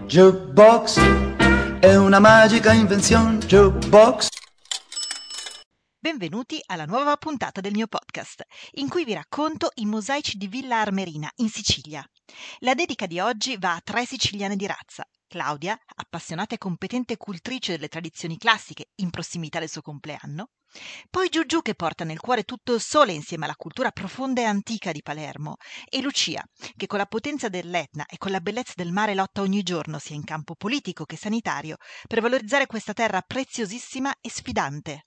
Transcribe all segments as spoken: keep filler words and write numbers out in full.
Jukebox è una magica invenzione. Jukebox. Benvenuti alla nuova puntata del mio podcast, in cui vi racconto i mosaici di Villa Armerina, in Sicilia. La dedica di oggi va a tre siciliane di razza. Claudia, appassionata e competente cultrice delle tradizioni classiche, in prossimità del suo compleanno. Poi Giugiù, che porta nel cuore tutto il sole insieme alla cultura profonda e antica di Palermo. E Lucia, che con la potenza dell'Etna e con la bellezza del mare lotta ogni giorno, sia in campo politico che sanitario, per valorizzare questa terra preziosissima e sfidante.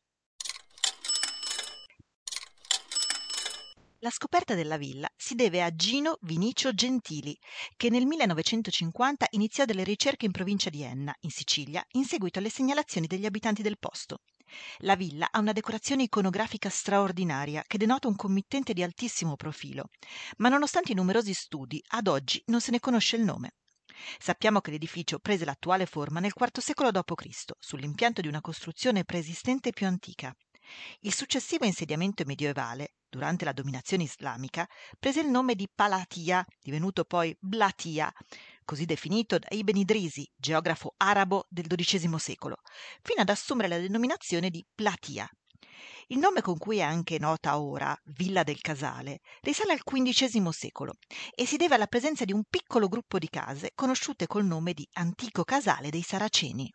La scoperta della villa si deve a Gino Vinicio Gentili, che nel millenovecentocinquanta iniziò delle ricerche in provincia di Enna, in Sicilia, in seguito alle segnalazioni degli abitanti del posto. La villa ha una decorazione iconografica straordinaria che denota un committente di altissimo profilo, ma nonostante i numerosi studi, ad oggi non se ne conosce il nome. Sappiamo che l'edificio prese l'attuale forma nel quarto secolo dopo Cristo, sull'impianto di una costruzione preesistente più antica. Il successivo insediamento medievale, durante la dominazione islamica, prese il nome di Palatia, divenuto poi Blatia, così definito da Ibn Idrisi, geografo arabo del dodicesimo secolo, fino ad assumere la denominazione di Platia. Il nome con cui è anche nota ora, Villa del Casale, risale al quindicesimo secolo e si deve alla presenza di un piccolo gruppo di case conosciute col nome di Antico Casale dei Saraceni.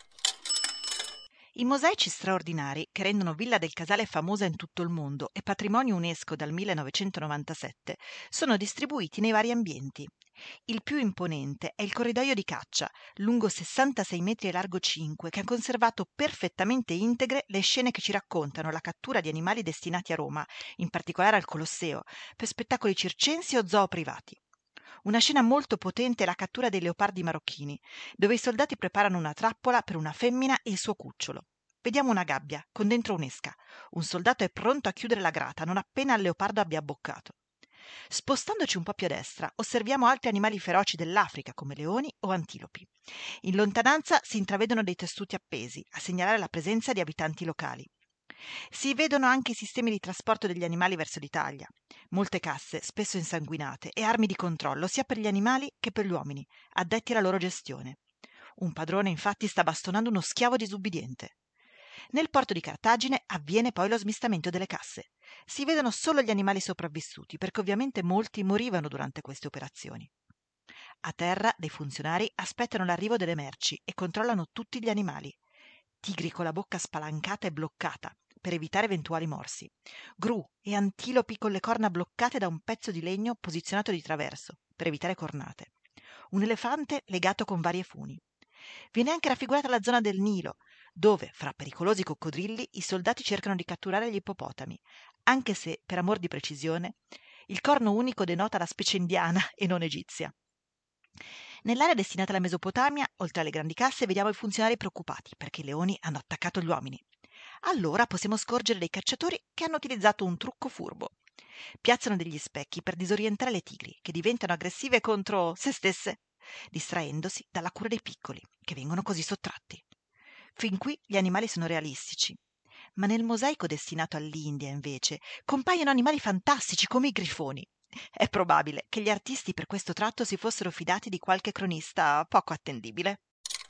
I mosaici straordinari, che rendono Villa del Casale famosa in tutto il mondo e patrimonio UNESCO dal millenovecentonovantasette, sono distribuiti nei vari ambienti. Il più imponente è il corridoio di caccia, lungo sessantasei metri e largo cinque, che ha conservato perfettamente integre le scene che ci raccontano la cattura di animali destinati a Roma, in particolare al Colosseo, per spettacoli circensi o zoo privati. Una scena molto potente è la cattura dei leopardi marocchini, dove i soldati preparano una trappola per una femmina e il suo cucciolo. Vediamo una gabbia, con dentro un'esca. Un soldato è pronto a chiudere la grata non appena il leopardo abbia abboccato. Spostandoci un po' più a destra, osserviamo altri animali feroci dell'Africa, come leoni o antilopi. In lontananza si intravedono dei tessuti appesi, a segnalare la presenza di abitanti locali. Si vedono anche i sistemi di trasporto degli animali verso l'Italia. Molte casse, spesso insanguinate, e armi di controllo sia per gli animali che per gli uomini, addetti alla loro gestione. Un padrone infatti sta bastonando uno schiavo disubbidiente. Nel porto di Cartagine avviene poi lo smistamento delle casse. Si vedono solo gli animali sopravvissuti, perché ovviamente molti morivano durante queste operazioni. A terra dei funzionari aspettano l'arrivo delle merci e controllano tutti gli animali. Tigri con la bocca spalancata e bloccata per evitare eventuali morsi, gru e antilopi con le corna bloccate da un pezzo di legno posizionato di traverso per evitare cornate, un elefante legato con varie funi. Viene anche raffigurata la zona del Nilo, dove, fra pericolosi coccodrilli, i soldati cercano di catturare gli ippopotami, anche se, per amor di precisione, il corno unico denota la specie indiana e non egizia. Nell'area destinata alla Mesopotamia, oltre alle grandi casse, vediamo i funzionari preoccupati perché i leoni hanno attaccato gli uomini. Allora possiamo scorgere dei cacciatori che hanno utilizzato un trucco furbo. Piazzano degli specchi per disorientare le tigri, che diventano aggressive contro se stesse, distraendosi dalla cura dei piccoli, che vengono così sottratti. Fin qui gli animali sono realistici. Ma nel mosaico destinato all'India, invece, compaiono animali fantastici come i grifoni. È probabile che gli artisti per questo tratto si fossero fidati di qualche cronista poco attendibile.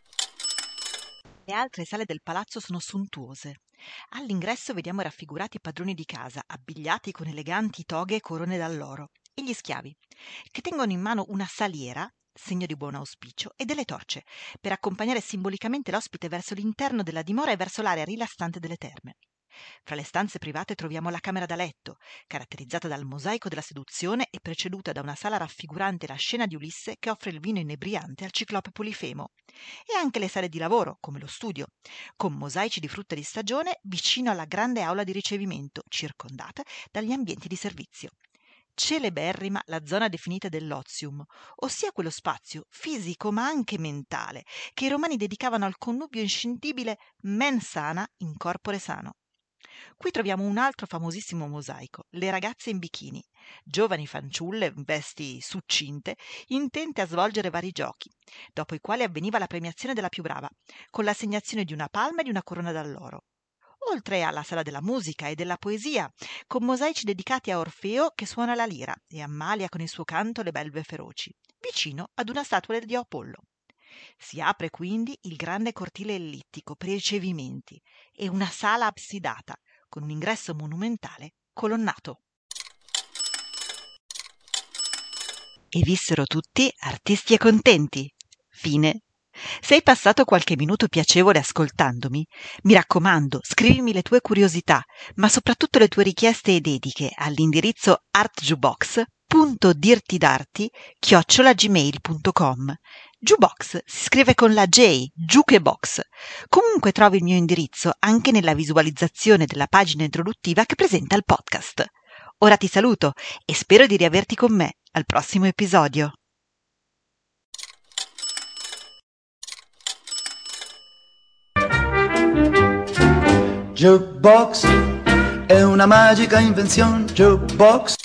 Le altre sale del palazzo sono sontuose. All'ingresso vediamo raffigurati i padroni di casa, abbigliati con eleganti toghe e corone d'alloro, e gli schiavi, che tengono in mano una saliera, segno di buon auspicio, e delle torce, per accompagnare simbolicamente l'ospite verso l'interno della dimora e verso l'area rilassante delle terme. Fra le stanze private troviamo la camera da letto, caratterizzata dal mosaico della seduzione e preceduta da una sala raffigurante la scena di Ulisse che offre il vino inebriante al ciclope Polifemo, e anche le sale di lavoro, come lo studio, con mosaici di frutta di stagione vicino alla grande aula di ricevimento, circondata dagli ambienti di servizio. Celeberrima la zona definita dell'ozium, ossia quello spazio fisico ma anche mentale che i romani dedicavano al connubio inscindibile mens sana in corpore sano. Qui troviamo un altro famosissimo mosaico, le ragazze in bikini, giovani fanciulle in vesti succinte, intente a svolgere vari giochi, dopo i quali avveniva la premiazione della più brava, con l'assegnazione di una palma e di una corona d'alloro. Oltre alla sala della musica e della poesia, con mosaici dedicati a Orfeo che suona la lira e Ammalia con il suo canto le belve feroci, vicino ad una statua del dio Apollo. Si apre quindi il grande cortile ellittico per i ricevimenti e una sala absidata con un ingresso monumentale colonnato. E vissero tutti artisti e contenti. Fine. Se hai passato qualche minuto piacevole ascoltandomi, mi raccomando, scrivimi le tue curiosità, ma soprattutto le tue richieste e dediche all'indirizzo artjukebox punto dirtidarti chiocciola gmail punto com. Jukebox si scrive con la J, Jukebox. Comunque trovi il mio indirizzo anche nella visualizzazione della pagina introduttiva che presenta il podcast. Ora ti saluto e spero di riaverti con me al prossimo episodio. Jukebox è una magica invenzione. Jukebox